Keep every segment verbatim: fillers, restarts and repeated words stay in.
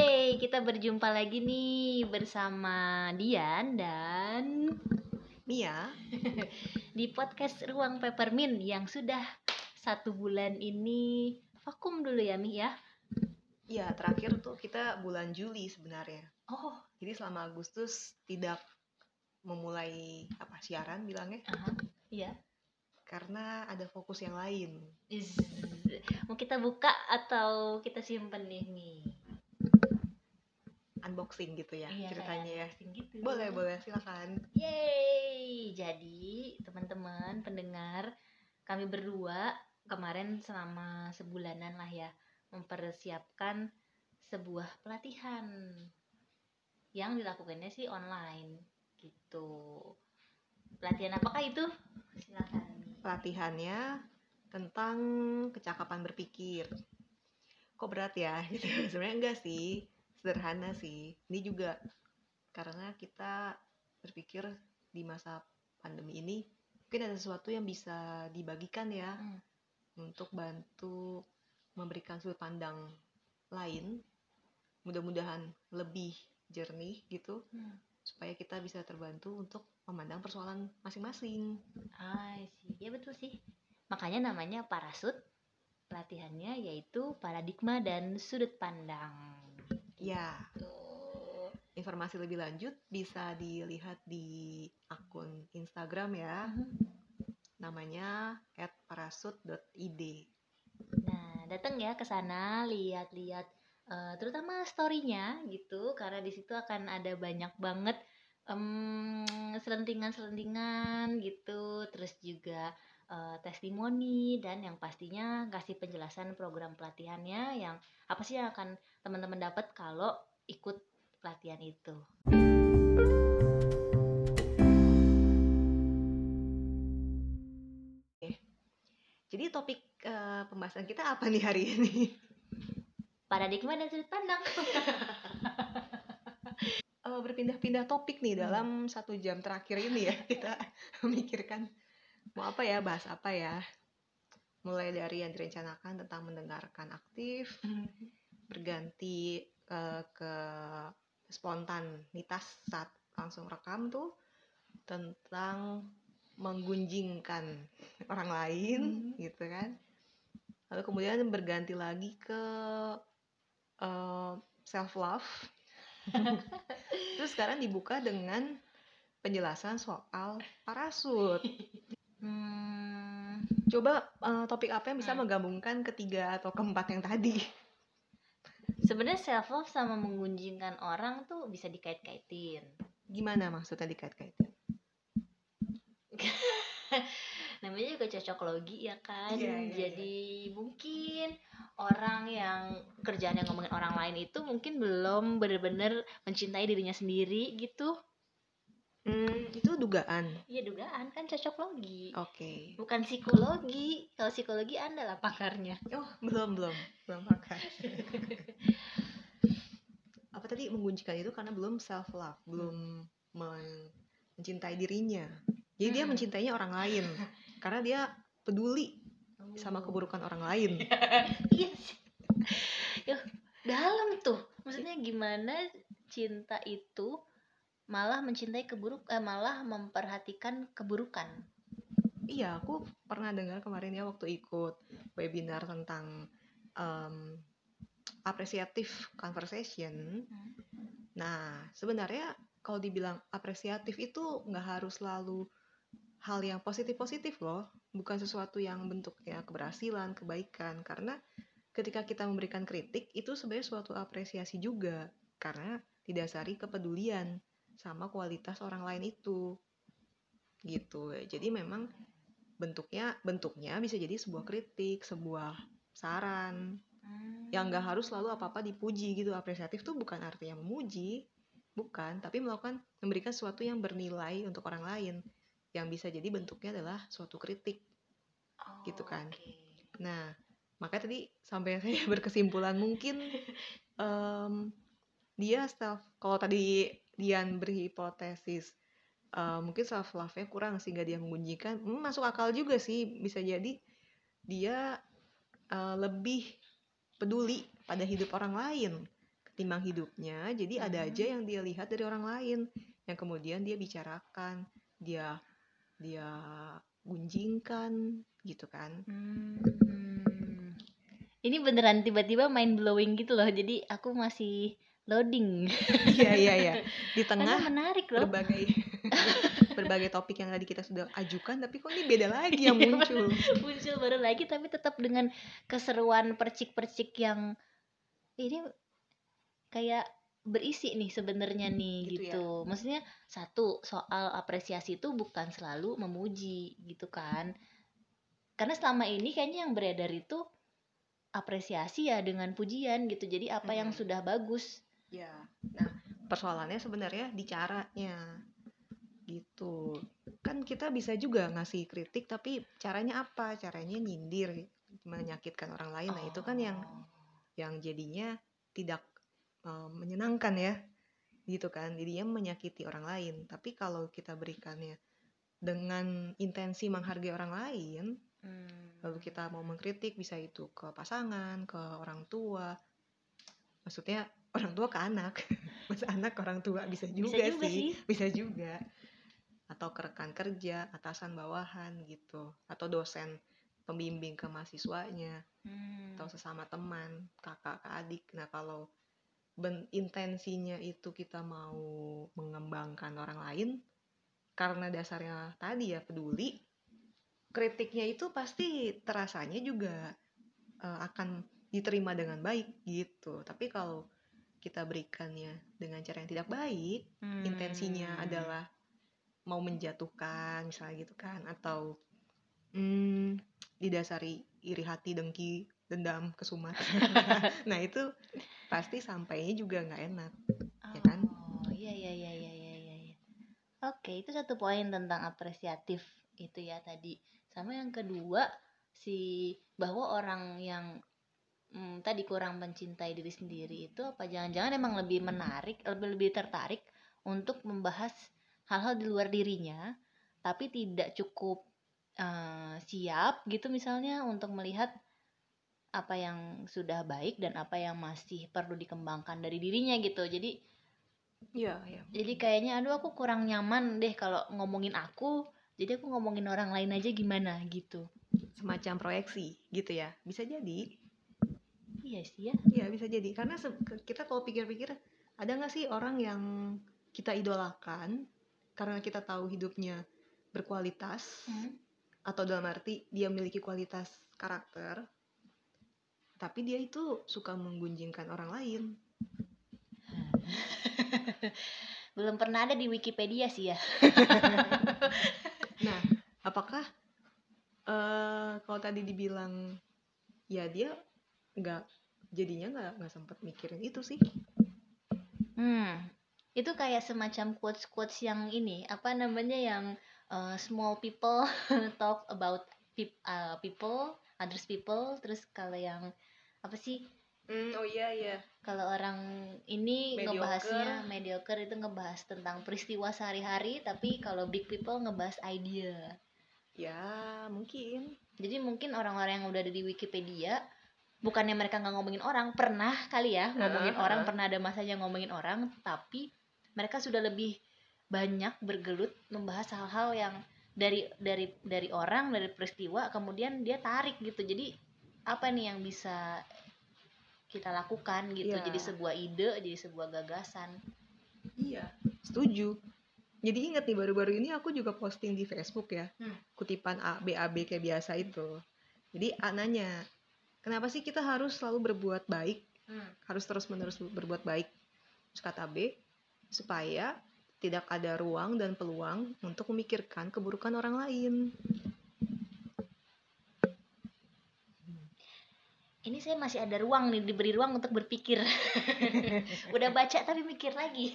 Yeay, kita berjumpa lagi nih bersama Dian dan Mia di podcast Ruang Peppermint yang sudah satu bulan ini vakum dulu ya Mi ya. Ya, terakhir tuh kita bulan Juli sebenarnya. Oh, Jadi selama Agustus tidak memulai apa siaran bilangnya aha, iya. karena ada fokus yang lain. Is, mau kita buka atau kita simpen nih Mi? Unboxing gitu ya Iya, ceritanya ya. kayak gitu. Boleh, boleh, silakan. Yeay, jadi teman-teman pendengar, kami berdua kemarin selama sebulanan lah ya mempersiapkan sebuah pelatihan yang dilakukannya sih online gitu. Pelatihan apakah itu? Silakan. Pelatihannya tentang kecakapan berpikir. Kok berat ya gitu. Sebenarnya enggak sih, sederhana sih. Ini juga karena kita berpikir di masa pandemi ini mungkin ada sesuatu yang bisa dibagikan ya, Hmm. untuk bantu memberikan sudut pandang lain, mudah-mudahan lebih jernih gitu, Hmm. supaya kita bisa terbantu untuk memandang persoalan masing-masing. Ah, sih, ya betul sih. Makanya namanya parasut. Pelatihannya yaitu paradigma dan sudut pandang. Ya, Tuh. informasi lebih lanjut bisa dilihat di akun Instagram ya, Mhm. namanya at parasut dot i d. Nah, datang ya ke sana, lihat-lihat eh, terutama story-nya gitu, karena di situ akan ada banyak banget em, selentingan-selentingan gitu, terus juga eh, testimoni dan yang pastinya kasih penjelasan program pelatihannya yang apa sih yang akan teman-teman dapat kalau ikut pelatihan itu. Jadi topik uh, pembahasan kita apa nih hari ini? Paradigma dan sudut pandang. uh, berpindah-pindah topik nih Hmm. dalam satu jam terakhir ini ya. Kita memikirkan mau apa ya, bahas apa ya. Mulai dari yang direncanakan tentang mendengarkan aktif, Hmm. berganti uh, ke spontanitas saat langsung rekam tuh, tentang menggunjingkan orang lain, Hmm. gitu kan. Lalu kemudian berganti lagi ke uh, self love. Terus sekarang dibuka dengan penjelasan soal parasut. Hmm. Coba uh, topik apa yang bisa Hmm. menggabungkan ketiga atau keempat yang tadi? Sebenarnya self love sama menggunjingkan orang tuh bisa dikait-kaitin. Gimana maksudnya dikait-kaitin? Namanya juga cocok logi ya kan. Iya, iya, Jadi mungkin orang yang kerjaannya ngomongin orang lain itu mungkin belum benar-benar mencintai dirinya sendiri gitu. Hmm, itu dugaan. Iya dugaan kan cocok logi. Oke. Bukan psikologi. Kalau psikologi Anda lah pakarnya. Oh, belum, belum. Belum pakar. Apa tadi menggunjingkan itu karena belum self love, belum men- mencintai dirinya. Jadi dia Hmm. mencintainya orang lain karena dia peduli sama keburukan orang lain. Iya sih. Yuh, dalam tuh. Maksudnya gimana cinta itu malah mencintai keburuk eh, malah memperhatikan keburukan. Iya, aku pernah dengar kemarin ya waktu ikut webinar tentang um, appreciative conversation. Hmm. Nah, sebenarnya kalau dibilang apresiatif itu nggak harus selalu hal yang positif-positif loh. Bukan sesuatu yang bentuknya keberhasilan, kebaikan. Karena ketika kita memberikan kritik, itu sebenarnya suatu apresiasi juga. Karena didasari kepedulian sama kualitas orang lain itu. Gitu. Jadi memang bentuknya bentuknya bisa jadi sebuah kritik, sebuah saran. Hmm. Yang nggak harus selalu apa-apa dipuji gitu. Apresiatif tuh bukan artinya memuji. Bukan, tapi melakukan memberikan sesuatu yang bernilai untuk orang lain. Yang bisa jadi bentuknya adalah suatu kritik. Oh, Gitu kan. okay. Nah, makanya tadi sampai saya berkesimpulan mungkin um, dia self, kalau tadi Dian berhipotesis uh, mungkin self love-nya kurang sehingga dia menggunjingkan, hmm, masuk akal juga sih. Bisa jadi dia uh, lebih peduli pada hidup orang lain ketimbang hidupnya. Jadi ada Mhm. aja yang dia lihat dari orang lain yang kemudian dia bicarakan, dia dia gunjingkan gitu kan. Hmm. Ini beneran tiba-tiba mind blowing gitu loh. Jadi aku masih loading. Iya iya iya. Di Karena tengah menarik loh. berbagai berbagai topik yang tadi kita sudah ajukan, tapi kok ini beda lagi yang Iya, muncul. muncul baru lagi tapi tetap dengan keseruan percik-percik yang ini kayak berisi nih sebenarnya nih Gitu ya. gitu. Maksudnya satu soal apresiasi itu bukan selalu memuji gitu kan. Karena selama ini kayaknya yang beredar itu apresiasi ya dengan pujian gitu. Jadi apa yang Mm-mm. sudah bagus. Ya. Nah, persoalannya sebenarnya di caranya gitu. Kan kita bisa juga ngasih kritik, tapi caranya apa? Caranya nyindir, menyakitkan orang lain. Nah, itu kan yang Oh. yang jadinya tidak uh, menyenangkan ya. Gitu kan. Jadinya menyakiti orang lain. Tapi kalau kita berikannya dengan intensi menghargai orang lain, Hmm. lalu kita mau mengkritik, bisa itu ke pasangan, ke orang tua, maksudnya orang tua ke anak, masa anak ke orang tua, bisa Bisa juga juga sih, sih. bisa juga, atau ke rekan kerja, atasan bawahan gitu, atau dosen pembimbing ke mahasiswanya, Hmm. atau sesama teman, kakak ke adik. Nah kalau ben intensinya itu kita mau mengembangkan orang lain, karena dasarnya tadi ya peduli, kritiknya itu pasti terasanya juga uh, akan diterima dengan baik gitu. Tapi kalau kita berikannya dengan cara yang tidak baik, Hmm. intensinya adalah mau menjatuhkan misalnya gitu kan, atau hmm, didasari iri hati, dengki, dendam, kesumat. Nah itu pasti sampainya juga nggak enak, ya kan? Oh, iya iya iya iya iya iya. iya. Oke, itu satu poin tentang apresiatif itu ya tadi. Sama yang kedua, si bahwa orang yang hmm, tadi kurang mencintai diri sendiri itu apa jangan-jangan emang lebih menarik, lebih lebih tertarik untuk membahas hal-hal di luar dirinya, tapi tidak cukup eh, siap gitu misalnya untuk melihat apa yang sudah baik dan apa yang masih perlu dikembangkan dari dirinya gitu. Jadi Iya, ya jadi mungkin. kayaknya aduh aku kurang nyaman deh kalau ngomongin aku, jadi aku ngomongin orang lain aja gimana gitu. Semacam proyeksi gitu ya, bisa jadi. Iya sih ya. Iya bisa jadi, karena kita kalau pikir-pikir, ada nggak sih orang yang kita idolakan karena kita tahu hidupnya berkualitas, Hmm. atau dalam arti dia memiliki kualitas karakter, tapi dia itu suka menggunjingkan orang lain. Belum pernah ada di Wikipedia sih ya. Nah, apakah uh, kalau tadi dibilang ya dia nggak, jadinya nggak nggak sempat mikirin itu sih. Hmm, itu kayak semacam quotes-quotes yang ini, apa namanya yang uh, small people talk about peop- uh, people, others people, terus kalau yang apa sih? Hmm, oh iya iya. Kalau orang ini Mediocre. ngebahasnya mediocre itu ngebahas tentang peristiwa sehari-hari, tapi kalau big people ngebahas idea. Ya mungkin. Jadi mungkin orang-orang yang udah ada di Wikipedia, bukannya mereka nggak ngomongin orang, pernah kali ya ngomongin Uh-uh, orang, uh-uh. pernah ada masanya ngomongin orang, tapi mereka sudah lebih banyak bergelut membahas hal-hal yang dari dari dari orang, dari peristiwa, kemudian dia tarik gitu. Jadi apa nih yang bisa kita lakukan gitu, Iya. jadi sebuah ide, jadi sebuah gagasan. Iya, setuju. Jadi inget nih, baru-baru ini aku juga posting di Facebook ya, hmm. kutipan A, B, A, B kayak biasa itu. Jadi A nanya, kenapa sih kita harus selalu berbuat baik, Hmm. harus terus-menerus berbuat baik? Terus kata B, supaya tidak ada ruang dan peluang untuk memikirkan keburukan orang lain. Ini saya masih ada ruang nih, diberi ruang untuk berpikir. Udah baca tapi mikir lagi.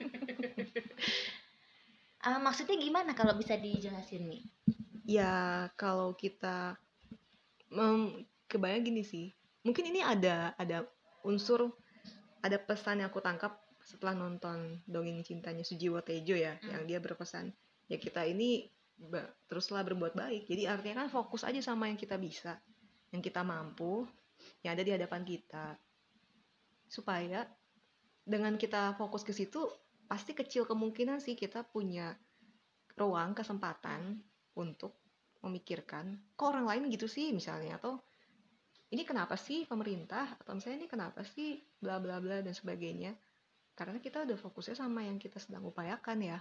uh, maksudnya gimana kalau bisa dijelasin nih? Ya kalau kita mem, kebayang gini sih, mungkin ini ada ada unsur, ada pesan yang aku tangkap setelah nonton Dongeng Cintanya Sujiwo Tejo ya, hmm. yang dia berpesan ya kita ini ba- teruslah berbuat baik. Jadi artinya kan fokus aja sama yang kita bisa, yang kita mampu, yang ada di hadapan kita, supaya dengan kita fokus ke situ pasti kecil kemungkinan sih kita punya ruang kesempatan untuk memikirkan kok orang lain gitu sih misalnya, atau ini kenapa sih pemerintah, atau misalnya ini kenapa sih bla bla bla dan sebagainya, karena kita udah fokusnya sama yang kita sedang upayakan ya.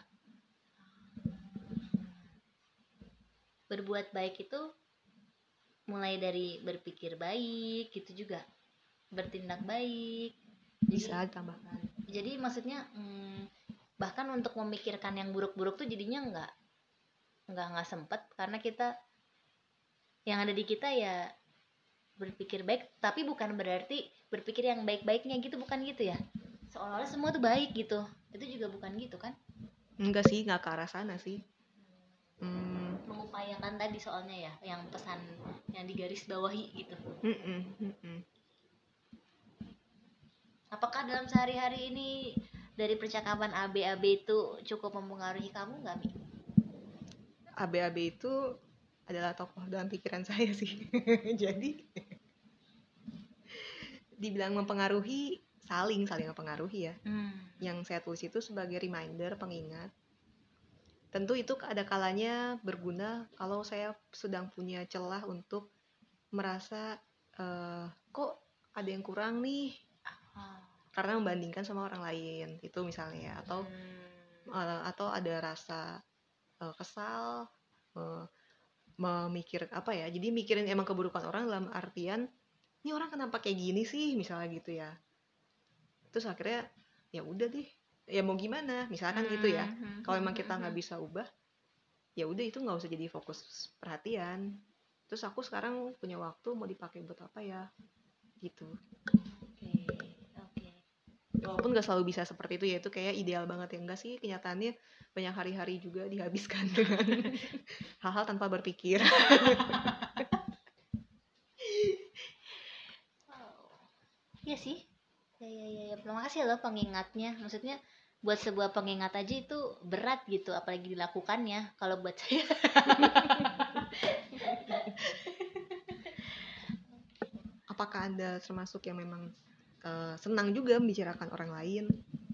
Berbuat baik itu mulai dari berpikir baik gitu juga, bertindak baik. Jadi, bisa ditambahkan. Jadi maksudnya hmm, bahkan untuk memikirkan yang buruk-buruk tuh jadinya nggak nggak nggak sempet, karena kita yang ada di kita ya berpikir baik, tapi bukan berarti berpikir yang baik-baiknya gitu, bukan gitu ya, seolah-olah semua tuh baik gitu, itu juga bukan gitu kan. Enggak sih, nggak ke arah sana sih. hmm. Mengupayakan tadi soalnya ya, yang pesan yang digaris bawahi gitu. Mm-mm, mm-mm. Apakah dalam sehari-hari ini dari percakapan A B A B itu cukup mempengaruhi kamu nggak, Mi? A B A B itu adalah tokoh dalam pikiran saya sih. Jadi dibilang mempengaruhi, saling saling mempengaruhi ya. Hmm. Yang saya tulis itu sebagai reminder, pengingat. Tentu itu ada kalanya berguna kalau saya sedang punya celah untuk merasa uh, kok ada yang kurang nih, Oh. karena membandingkan sama orang lain itu misalnya, atau hmm. uh, atau ada rasa uh, kesal, uh, memikir apa ya, jadi mikirin emang keburukan orang dalam artian ini orang kenapa kayak gini sih misalnya gitu ya. Terus akhirnya ya udah deh, ya mau gimana misalkan hmm. gitu ya. Kalau emang kita nggak bisa ubah, ya udah itu nggak usah jadi fokus perhatian. Terus aku sekarang punya waktu mau dipakai buat apa ya gitu. Oke, oke. Walaupun nggak selalu bisa seperti itu ya, itu kayak ideal banget ya, enggak sih, kenyataannya banyak hari-hari juga dihabiskan dengan hal-hal tanpa berpikir. Iya sih, ya ya ya, ya. Terima kasih loh pengingatnya. Maksudnya buat sebuah pengingat aja itu berat gitu, apalagi dilakukannya. Kalau buat saya. Apakah Anda termasuk yang memang uh, senang juga membicarakan orang lain?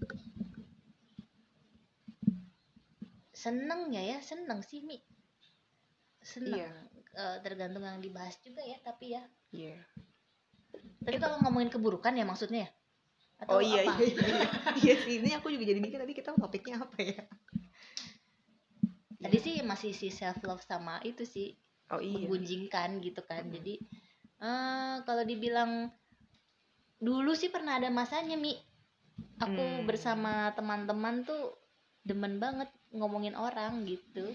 Seneng ya ya, seneng sih, Mi. Seneng. Iya. Uh, tergantung yang dibahas juga ya, tapi ya. Iya. Yeah. Tapi eh, kalau ngomongin keburukan ya maksudnya ya? Atau oh iya, apa? iya iya iya sih, ini aku juga jadi mikir tadi kita topiknya apa ya. Tadi ya. Sih masih si self love sama itu sih, oh, iya. menggunjingkan gitu kan. Hmm. Jadi uh, kalau dibilang dulu sih pernah ada masanya, Mi, aku hmm. bersama teman-teman tuh demen banget ngomongin orang gitu.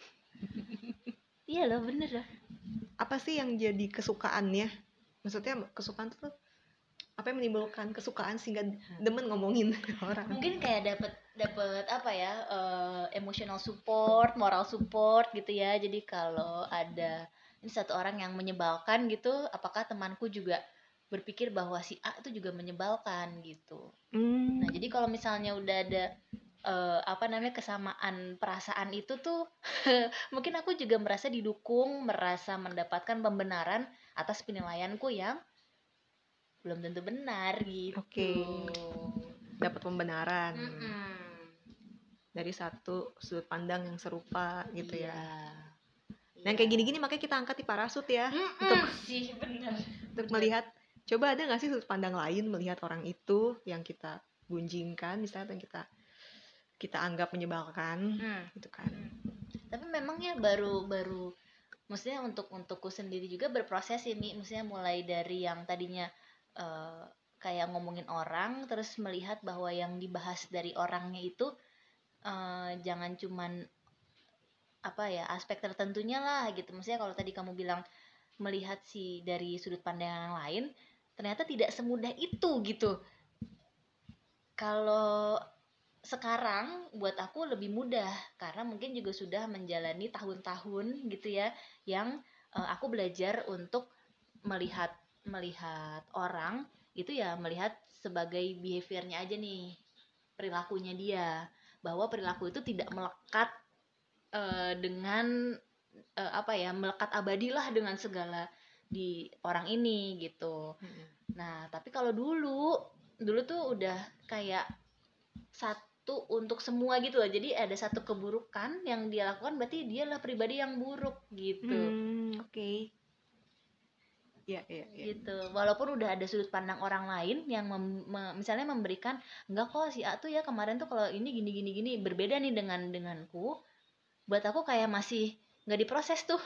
Iya loh, bener loh. Apa sih yang jadi kesukaannya? Maksudnya kesukaan tuh apa yang menimbulkan kesukaan sehingga demen ngomongin orang? Mungkin kayak dapet dapet apa ya, uh, emotional support, moral support gitu ya. Jadi kalau ada ini satu orang yang menyebalkan gitu, apakah temanku juga berpikir bahwa si A itu juga menyebalkan gitu. Hmm. Nah jadi kalau misalnya udah ada uh, apa namanya kesamaan perasaan itu tuh, mungkin aku juga merasa didukung, merasa mendapatkan pembenaran atas penilaianku yang belum tentu benar gitu. Oke. Dapat pembenaran. Mm-mm. Dari satu sudut pandang yang serupa gitu iya. ya. Nah, kayak gini-gini makanya kita angkat di parasut ya. Mm-mm. Untuk sih benar. Untuk bener. Melihat, coba ada nggak sih sudut pandang lain melihat orang itu yang kita gunjingkan, misalnya yang kita kita anggap menyebalkan, hmm. gitu kan. Hmm. Tapi memang ya baru baru, maksudnya untuk untukku sendiri juga berproses ini, maksudnya mulai dari yang tadinya uh, kayak ngomongin orang, terus melihat bahwa yang dibahas dari orangnya itu uh, jangan cuman apa ya aspek tertentunya lah gitu. Maksudnya kalau tadi kamu bilang melihat si dari sudut pandang yang lain, ternyata tidak semudah itu gitu. Kalau sekarang buat aku lebih mudah karena mungkin juga sudah menjalani tahun-tahun gitu ya, yang uh, aku belajar untuk melihat melihat orang itu ya melihat sebagai behaviornya aja nih, perilakunya dia, bahwa perilaku itu tidak melekat uh, dengan uh, apa ya melekat abadilah dengan segala di orang ini gitu. Hmm. Nah tapi kalau dulu dulu tuh udah kayak satu untuk semua gitu loh. Jadi ada satu keburukan yang dia lakukan berarti dialah pribadi yang buruk gitu. Hmm, oke. Okay. Ya, ya, ya. Gitu. Walaupun udah ada sudut pandang orang lain yang mem, me, misalnya memberikan enggak kok si A tuh ya kemarin tuh kalau ini gini gini gini berbeda nih dengan denganku. Buat aku kayak masih nggak diproses tuh.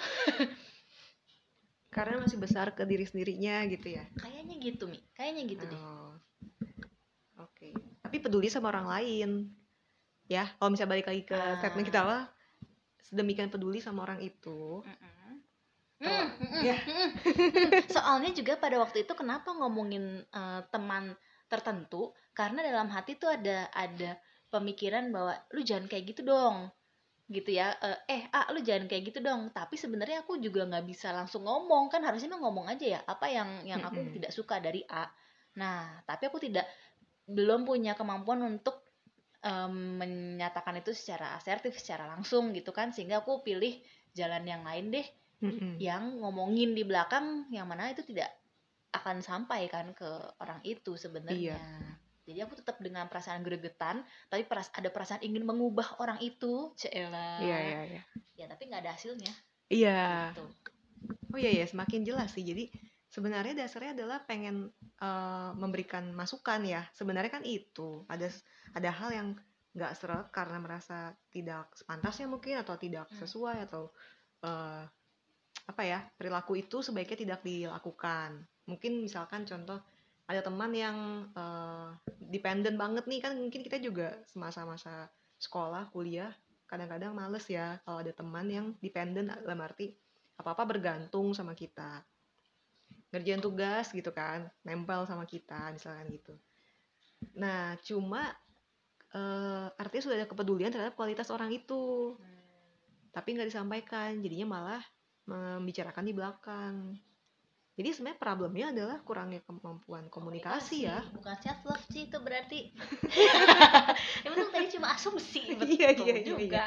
Karena masih besar ke diri sendirinya gitu ya. Kayaknya gitu, Mi. Kayaknya gitu deh. Oh, oke. Okay. Tapi peduli sama orang lain. Ya, kalau misalnya balik lagi ke Ah. statement kita lah, sedemikian peduli sama orang itu. Mm-mm. Kalau Mm, mm, ya, mm, mm. Soalnya juga pada waktu itu kenapa ngomongin uh, teman tertentu, karena dalam hati tuh ada ada pemikiran bahwa lu jangan kayak gitu dong, gitu ya. Uh, eh ah lu jangan kayak gitu dong. Tapi sebenarnya aku juga nggak bisa langsung ngomong, kan harusnya mah ngomong aja ya apa yang yang aku mm-mm. tidak suka dari A. Nah tapi aku tidak belum punya kemampuan untuk um, menyatakan itu secara asertif, secara langsung gitu kan, sehingga aku pilih jalan yang lain deh, Mm-mm. yang ngomongin di belakang yang mana itu tidak akan sampai kan ke orang itu sebenarnya. Iya. Jadi aku tetap dengan perasaan gregetan, tapi peras ada perasaan ingin mengubah orang itu, Iya, ceelah. iya, iya. Ya tapi nggak ada hasilnya. Iya. Gitu. Oh iya ya, semakin jelas sih. Jadi sebenarnya dasarnya adalah pengen uh, memberikan masukan ya. Sebenarnya kan itu ada ada hal yang nggak seret karena merasa tidak sepantasnya mungkin atau tidak Hmm. sesuai atau uh, apa ya, perilaku itu sebaiknya tidak dilakukan. Mungkin misalkan contoh ada teman yang uh, dependent banget nih, kan mungkin kita juga semasa-masa sekolah kuliah kadang-kadang males ya kalau ada teman yang dependent dalam arti apa-apa bergantung sama kita, ngerjain tugas gitu kan, nempel sama kita misalkan gitu. Nah cuma uh, artinya sudah ada kepedulian terhadap kualitas orang itu, tapi nggak disampaikan, jadinya malah membicarakan di belakang. Jadi sebenarnya problemnya adalah kurangnya kemampuan komunikasi, komunikasi ya. Bukan self love sih itu berarti. Yang penting tadi cuma asumsi, betul iya, iya, juga.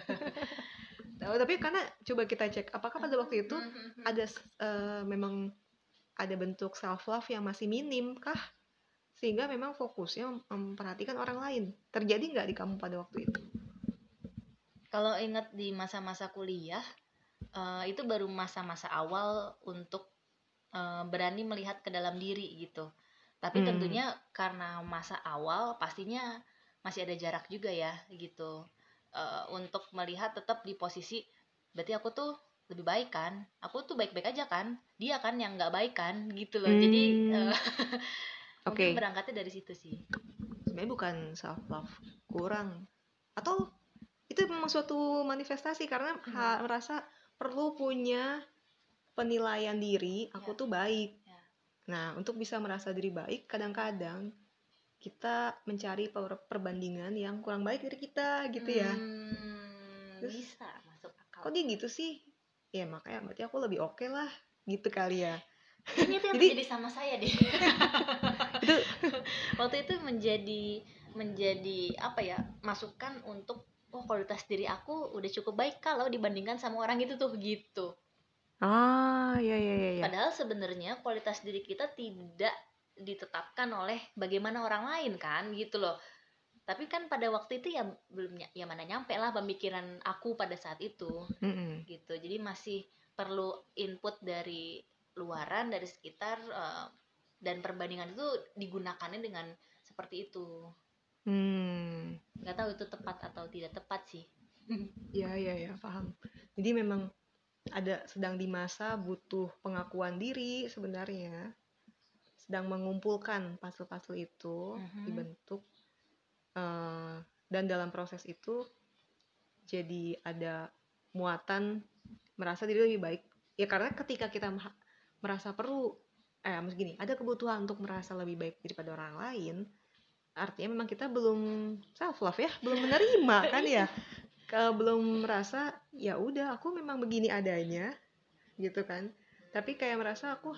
Iya. Oh, tapi karena coba kita cek apakah pada waktu itu ada uh, memang ada bentuk self love yang masih minim kah? Sehingga memang fokusnya memperhatikan orang lain. Terjadi nggak di kamu pada waktu itu? Kalau ingat di masa-masa kuliah, uh, itu baru masa-masa awal untuk uh, berani melihat ke dalam diri gitu. Tapi Hmm. tentunya karena masa awal pastinya masih ada jarak juga ya gitu. Uh, untuk melihat tetap di posisi berarti aku tuh lebih baik kan, aku tuh baik-baik aja kan, dia kan yang nggak baik kan gitu loh. Hmm. Jadi uh, mungkin okay. berangkatnya dari situ sih. Sebenarnya bukan self love kurang, atau itu memang suatu manifestasi karena hmm. ha, merasa perlu punya penilaian diri, aku ya. tuh baik. Ya. Nah, untuk bisa merasa diri baik, kadang-kadang kita mencari perbandingan yang kurang baik dari kita gitu ya. Hmm, Terus, bisa masuk akal. Kok dia gitu sih? Ya makanya berarti aku lebih oke okay lah gitu kali ya. Kayaknya itu yang Jadi, terjadi sama saya deh. itu waktu itu menjadi menjadi apa ya, masukan untuk oh kualitas diri aku udah cukup baik kalau dibandingkan sama orang itu tuh gitu. Ah, ya ya ya. ya. Padahal sebenarnya kualitas diri kita tidak ditetapkan oleh bagaimana orang lain kan gitu loh. Tapi kan pada waktu itu ya belum ya mana nyampe lah pemikiran aku pada saat itu. Mm-mm. Gitu. Jadi masih perlu input dari luaran, dari sekitar, uh, dan perbandingan itu digunakannya dengan seperti itu. Hmm. Nggak tahu itu tepat atau tidak tepat sih. Ya ya ya, paham. Jadi memang ada sedang di masa butuh pengakuan diri sebenarnya, sedang mengumpulkan puzzle-puzzle itu mm-hmm. dibentuk, uh, dan dalam proses itu jadi ada muatan merasa diri lebih baik ya, karena ketika kita merasa perlu eh maksud gini ada kebutuhan untuk merasa lebih baik daripada orang lain, artinya memang kita belum self love ya, belum menerima kan ya. Kalau belum merasa ya udah aku memang begini adanya gitu kan, tapi kayak merasa aku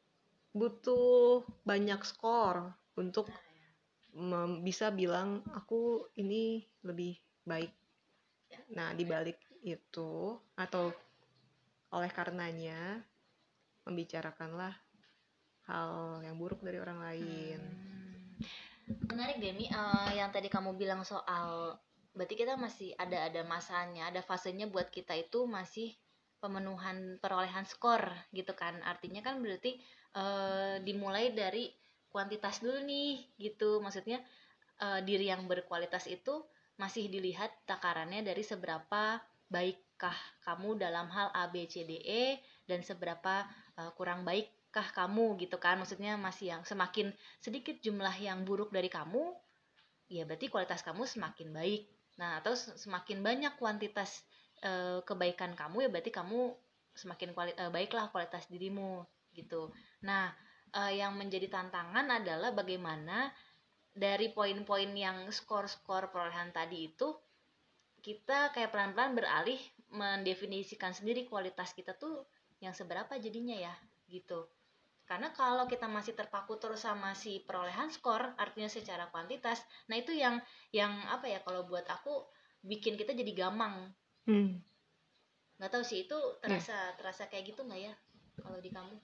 butuh banyak skor untuk mem- bisa bilang aku ini lebih baik. Nah dibalik itu atau oleh karenanya membicarakanlah hal yang buruk dari orang lain. Menarik deh nih, eh, yang tadi kamu bilang soal berarti kita masih ada ada masanya, ada fasenya buat kita itu masih pemenuhan perolehan skor gitu kan. Artinya kan berarti eh, dimulai dari kuantitas dulu nih gitu. Maksudnya eh, diri yang berkualitas itu masih dilihat takarannya dari seberapa baikkah kamu dalam hal A B C D E dan seberapa eh, kurang baikkah kamu gitu kan. Maksudnya masih yang semakin sedikit jumlah yang buruk dari kamu, ya berarti kualitas kamu semakin baik. Nah, atau semakin banyak kuantitas e, kebaikan kamu, ya berarti kamu semakin kuali, e, baiklah kualitas dirimu gitu. Nah, e, yang menjadi tantangan adalah bagaimana dari poin-poin yang skor-skor perolehan tadi itu kita kayak pelan-pelan beralih mendefinisikan sendiri kualitas kita tuh yang seberapa jadinya ya gitu. Karena kalau kita masih terpaku terus sama si perolehan skor, artinya secara kuantitas, nah itu yang yang apa ya, kalau buat aku bikin kita jadi gamang. Hmm. Nggak tahu sih itu Yeah. terasa terasa kayak gitu nggak ya kalau di kamu?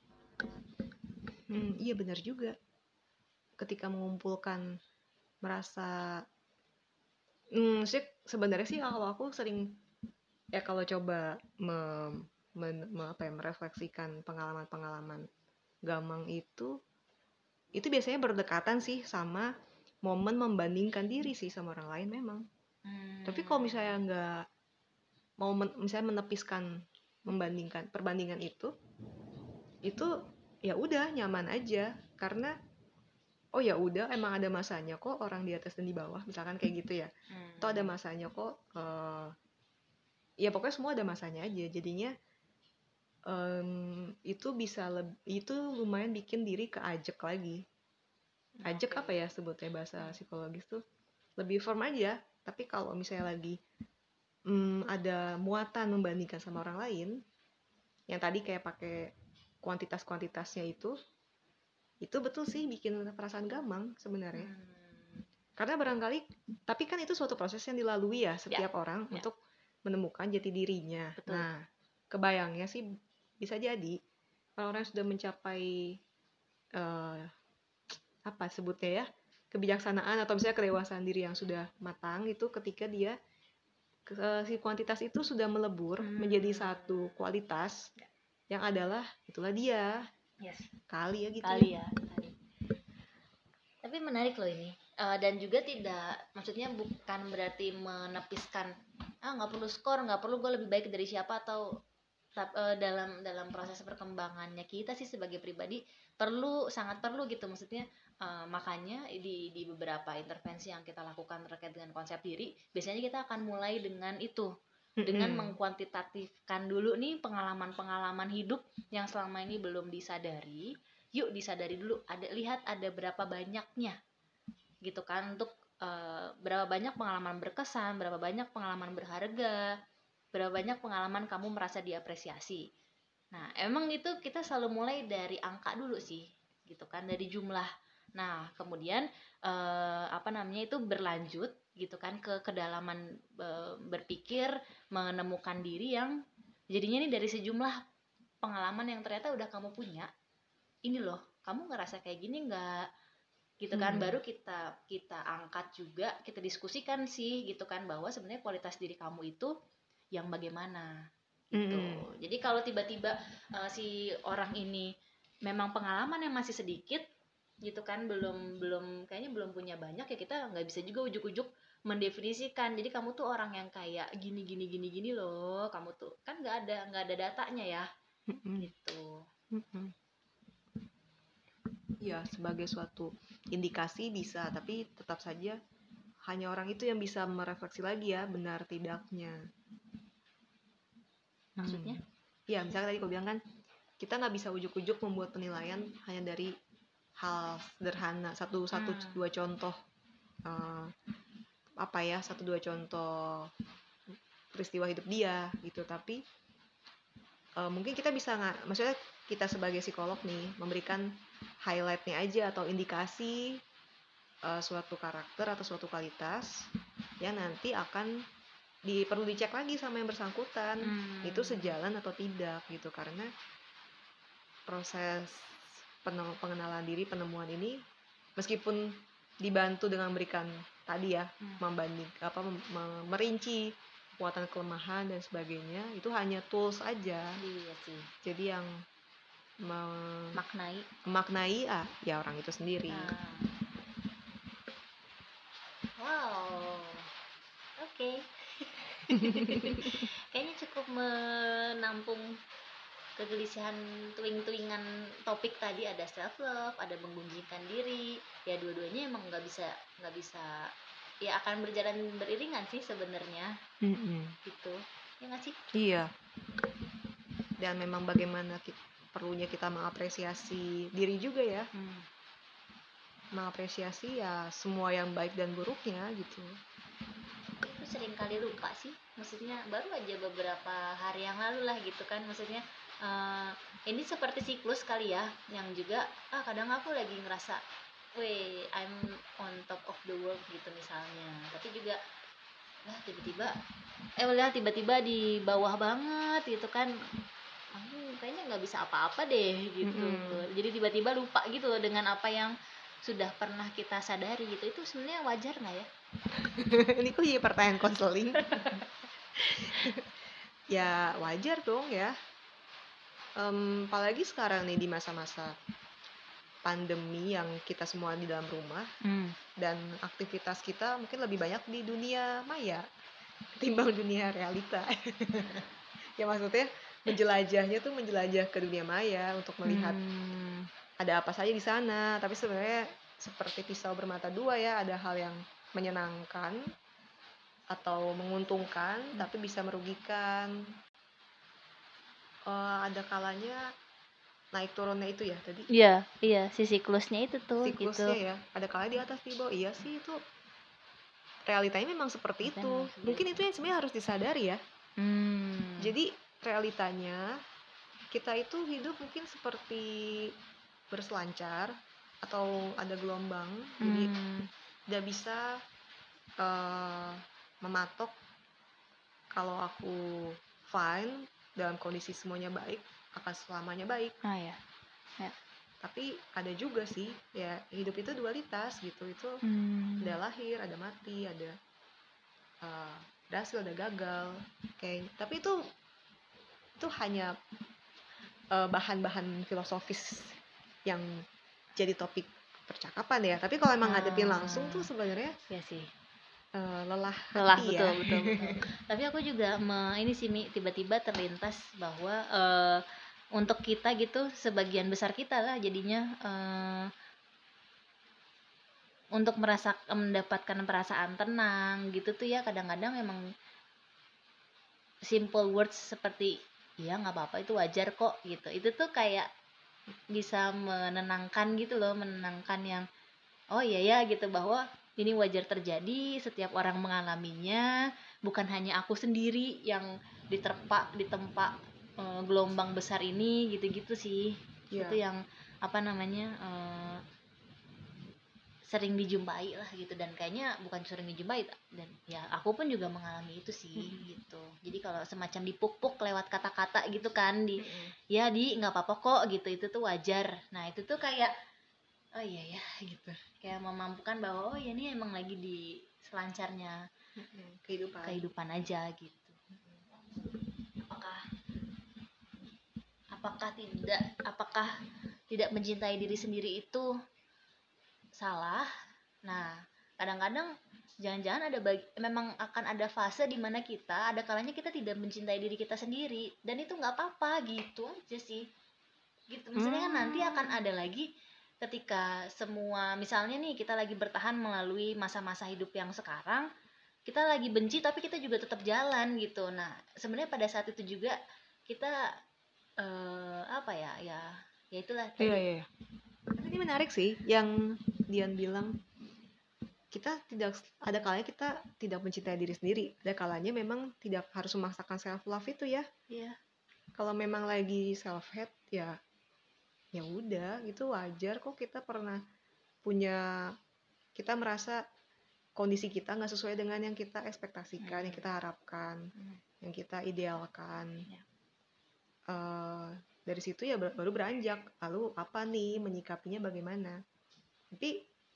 Hmm, iya benar juga. Ketika mengumpulkan merasa, hmm, sih sebenarnya sih kalau aku sering ya kalau coba mem, men, me, apa ya, merefleksikan pengalaman-pengalaman gamang itu, itu biasanya berdekatan sih sama momen membandingkan diri sih sama orang lain memang. Hmm. Tapi kalau misalnya nggak mau men, misalnya menepiskan membandingkan perbandingan itu, itu ya udah nyaman aja karena oh ya udah emang ada masanya kok orang di atas dan di bawah misalkan kayak gitu ya. Hmm. Atau ada masanya kok uh, ya pokoknya semua ada masanya aja. Jadinya um, itu bisa lebih, itu lumayan bikin diri keajak lagi. Ajak Okay. apa ya sebutnya bahasa psikologis tuh, lebih firm aja. Tapi kalau misalnya lagi um, ada muatan membandingkan sama orang lain, yang tadi kayak pakai kuantitas-kuantitasnya itu, itu betul sih bikin perasaan gamang sebenarnya. Hmm. Karena barangkali, tapi kan itu suatu proses yang dilalui ya setiap ya, orang ya. Untuk menemukan jati dirinya. Betul. Nah, kebayangnya sih bisa jadi kalau orang sudah mencapai uh, apa sebutnya ya, kebijaksanaan atau misalnya kedewasaan diri yang sudah matang itu ketika dia uh, si kuantitas itu sudah melebur hmm. menjadi satu kualitas ya. Yang adalah itulah dia. Yes. Kali ya gitu. Kali ya. Kali. Tapi menarik loh ini. Uh, dan juga tidak, maksudnya bukan berarti menepiskan ah nggak perlu skor, nggak perlu gue lebih baik dari siapa, atau uh, dalam dalam proses perkembangannya kita sih sebagai pribadi perlu, sangat perlu gitu. Maksudnya uh, makanya di di beberapa intervensi yang kita lakukan terkait dengan konsep diri, biasanya kita akan mulai dengan itu, dengan mengkuantitatifkan dulu nih pengalaman-pengalaman hidup yang selama ini belum disadari. Yuk disadari dulu, ada lihat ada berapa banyaknya gitu kan, untuk uh, berapa banyak pengalaman berkesan, berapa banyak pengalaman berharga, berapa banyak pengalaman kamu merasa diapresiasi. Nah emang itu kita selalu mulai dari angka dulu sih gitu kan, dari jumlah. Nah kemudian uh, apa namanya itu berlanjut gitu kan ke kedalaman uh, berpikir, menemukan diri yang jadinya nih dari sejumlah pengalaman yang ternyata udah kamu punya. Ini loh, kamu ngerasa kayak gini nggak? Gitu kan, hmm. baru kita kita angkat juga, kita diskusikan sih gitu kan, bahwa sebenarnya kualitas diri kamu itu yang bagaimana gitu. Hmm. Jadi kalau tiba-tiba uh, si orang ini memang pengalaman yang masih sedikit gitu kan, belum belum kayaknya belum punya banyak, ya kita nggak bisa juga ujuk-ujuk mendefinisikan. Jadi kamu tuh orang yang kayak gini gini gini gini loh, kamu tuh kan nggak ada nggak ada datanya ya, hmm. gitu. Hmm. Ya, sebagai suatu indikasi bisa, tapi tetap saja hanya orang itu yang bisa merefleksi lagi ya benar tidaknya. Maksudnya? Hmm. Ya, misalnya tadi aku bilang kan, kita nggak bisa ujuk-ujuk membuat penilaian hanya dari hal sederhana, satu satu hmm. dua contoh uh, apa ya, satu dua contoh peristiwa hidup dia gitu. Tapi uh, mungkin kita bisa nggak, maksudnya kita sebagai psikolog nih memberikan highlightnya aja atau indikasi uh, suatu karakter atau suatu kualitas yang nanti akan di, perlu dicek lagi sama yang bersangkutan hmm. itu sejalan atau tidak gitu. Karena proses pengenalan diri, penemuan ini meskipun dibantu dengan memberikan tadi ya, Hmm. membanding apa mem- mem- merinci kekuatan kelemahan dan sebagainya, itu hanya tools aja. Iya sih. Jadi yang me- Maknai. memaknai ah ya orang itu sendiri. Nah. Wow. Oke. Kayaknya cukup menampung kegelisahan tuing-tuingan topik tadi. Ada self love, ada menggunjingkan diri. Ya dua-duanya emang nggak bisa nggak bisa ya akan berjalan beriringan sih sebenarnya. Mm-mm. Gitu. Ya nggak sih? Iya. Dan memang bagaimana kita, perlunya kita mengapresiasi diri juga ya. Hmm. Mengapresiasi ya semua yang baik dan buruknya gitu. Itu sering kali lupa sih, maksudnya baru aja beberapa hari yang lalu lah gitu kan, maksudnya uh, ini seperti siklus kali ya, yang juga ah kadang aku lagi ngerasa weh I'm on top of the world gitu misalnya, tapi juga lah tiba-tiba eh udah tiba-tiba di bawah banget gitu kan, aku kayaknya nggak bisa apa-apa deh gitu. Mm-mm. Jadi tiba-tiba lupa gitu loh dengan apa yang sudah pernah kita sadari gitu. Itu sebenarnya wajar nggak ya? Ini kok jadi pertanyaan konseling? Ya wajar dong ya. Um, apalagi sekarang nih di masa-masa pandemi yang kita semua di dalam rumah, Hmm. dan aktivitas kita mungkin lebih banyak di dunia maya ketimbang dunia realita. Ya maksudnya menjelajahnya tuh menjelajah ke dunia maya untuk melihat Hmm. ada apa saja di sana. Tapi sebenarnya seperti pisau bermata dua ya, ada hal yang menyenangkan atau menguntungkan tapi bisa merugikan. Uh, ada kalanya naik turunnya itu ya tadi. Iya, iya, si siklusnya itu tuh Siklusnya gitu. ya, ada kalanya di atas di bawah. Iya sih, itu realitanya memang seperti Realitanya itu. memang seperti Mungkin itu. itu yang sebenarnya harus disadari ya. Hmm. Jadi realitanya kita itu hidup mungkin seperti berselancar atau ada gelombang. Jadi Hmm. tidak bisa uh, mematok kalau aku fine dalam kondisi semuanya baik akan selamanya baik. Ah ya. Ya. Tapi ada juga sih ya, hidup itu dualitas gitu. Itu Hmm. ada lahir, ada mati, ada uh, berhasil, ada gagal kayak. Tapi itu itu hanya uh, bahan-bahan filosofis yang jadi topik percakapan ya. Tapi kalau emang ngadepin langsung tuh sebenarnya ya sih. uh, lelah Lelah, hati betul, ya. betul, betul. Tapi aku juga me, ini sih Mi, tiba-tiba terlintas bahwa uh, untuk kita gitu, sebagian besar kita lah jadinya uh, untuk merasa mendapatkan perasaan tenang gitu tuh ya, kadang-kadang emang simple words seperti ya nggak apa-apa, itu wajar kok gitu. Itu tuh kayak bisa menenangkan gitu loh, menenangkan yang oh iya ya gitu, bahwa ini wajar terjadi, setiap orang mengalaminya, bukan hanya aku sendiri yang diterpa ditempa uh, gelombang besar ini gitu-gitu sih. Yeah. Itu yang apa namanya uh, sering dijumpai lah gitu, dan kayaknya bukan sering dijumpai, dan ya aku pun juga mengalami itu sih. Mm-hmm. Gitu. Jadi kalau semacam dipuk-puk lewat kata-kata gitu kan, di mm-hmm. ya di nggak apa-apa kok gitu, itu tuh wajar. Nah itu tuh kayak oh iya ya gitu, kayak memampukan bahwa oh ya ini emang lagi di selancarnya mm-hmm. kehidupan kehidupan aja gitu. Mm-hmm. Apakah apakah tidak apakah tidak mencintai diri sendiri itu salah? Nah, kadang-kadang jangan-jangan ada bagi, memang akan ada fase di mana kita ada kalanya kita tidak mencintai diri kita sendiri, dan itu nggak apa-apa gitu aja sih. Gitu. Maksudnya kan nanti akan ada lagi ketika semua, misalnya nih kita lagi bertahan melalui masa-masa hidup yang sekarang, kita lagi benci tapi kita juga tetap jalan gitu. Nah, sebenarnya pada saat itu juga kita uh, apa ya? Ya, ya itulah tadi. Iya, iya. Ini menarik sih yang Dian bilang, kita tidak, ada kalanya kita tidak mencintai diri sendiri, ada kalanya memang tidak harus memaksakan self love itu ya. Iya. Kalau memang lagi self hate ya ya udah, itu wajar kok. Kita pernah punya, kita merasa kondisi kita nggak sesuai dengan yang kita ekspektasikan, hmm. yang kita harapkan, hmm. yang kita idealkan. Ya. Uh, dari situ ya baru beranjak, lalu apa nih, menyikapinya bagaimana. Tapi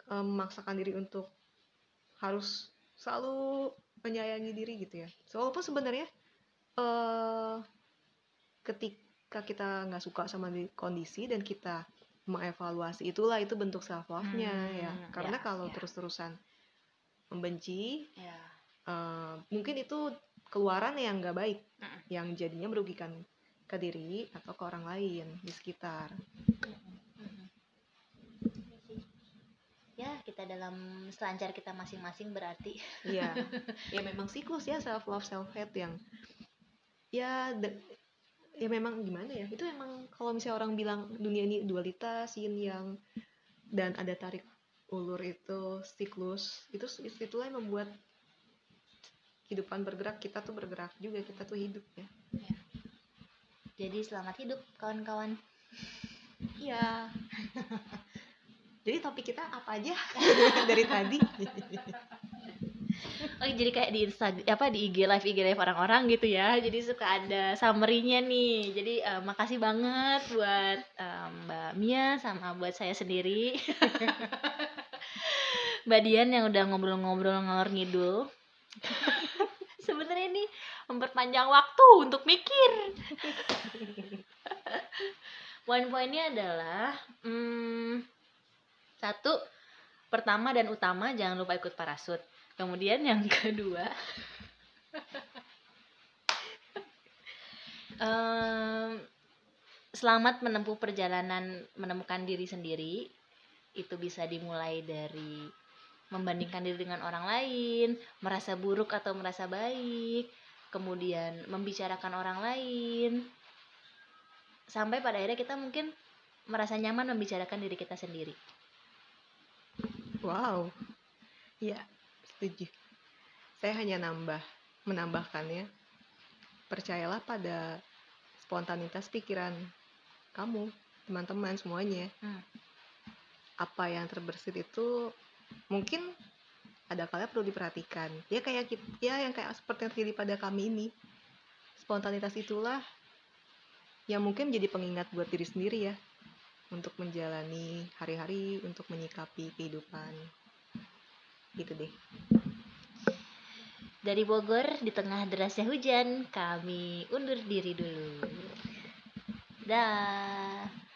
eh, memaksakan diri untuk harus selalu menyayangi diri gitu ya. So, walaupun sebenarnya eh ketika kita nggak suka sama di- kondisi dan kita mengevaluasi itulah itu bentuk self love-nya ya. Hmm, Karena ya, kalau ya, terus-terusan membenci, ya. eh, mungkin itu keluaran yang nggak baik, Mm-mm. yang jadinya merugikan ke diri atau ke orang lain di sekitar. Mm-mm. Ya, kita dalam selancar kita masing-masing berarti. Iya, ya memang siklus ya self love self hate yang ya de- ya memang gimana ya, itu emang kalau misalnya orang bilang dunia ini dualitas yin yang dan ada tarik ulur, itu siklus, itu itulah yang membuat kehidupan bergerak, kita tuh bergerak juga, kita tuh hidup ya. Ya. Jadi selamat hidup kawan-kawan. Iya. Jadi topik kita apa aja dari tadi? Oh, jadi kayak di Instagram apa di I G live I G live orang-orang gitu ya. Jadi suka ada summary-nya nih. Jadi uh, makasih banget buat um, Mbak Mia sama buat saya sendiri. Mbak Dian yang udah ngobrol-ngobrol ngalor ngidul. Sebenarnya ini memperpanjang waktu untuk mikir. Poin-poinnya adalah hmm, satu, pertama dan utama jangan lupa ikut parasut. Kemudian yang kedua, um, selamat menempuh perjalanan menemukan diri sendiri. Itu bisa dimulai dari membandingkan diri dengan orang lain, merasa buruk atau merasa baik, kemudian membicarakan orang lain, sampai pada akhirnya kita mungkin merasa nyaman membicarakan diri kita sendiri. Wow, ya setuju. Saya hanya nambah menambahkannya, percayalah pada spontanitas pikiran kamu, teman-teman semuanya. Hmm. Apa yang terbersit itu mungkin ada kalanya perlu diperhatikan. Ya kayak kita, ya yang kayak seperti yang terjadi pada kami ini. Spontanitas itulah yang mungkin menjadi pengingat buat diri sendiri ya, untuk menjalani hari-hari, untuk menyikapi kehidupan. Gitu deh. Dari Bogor di tengah derasnya hujan, kami undur diri dulu. Dah.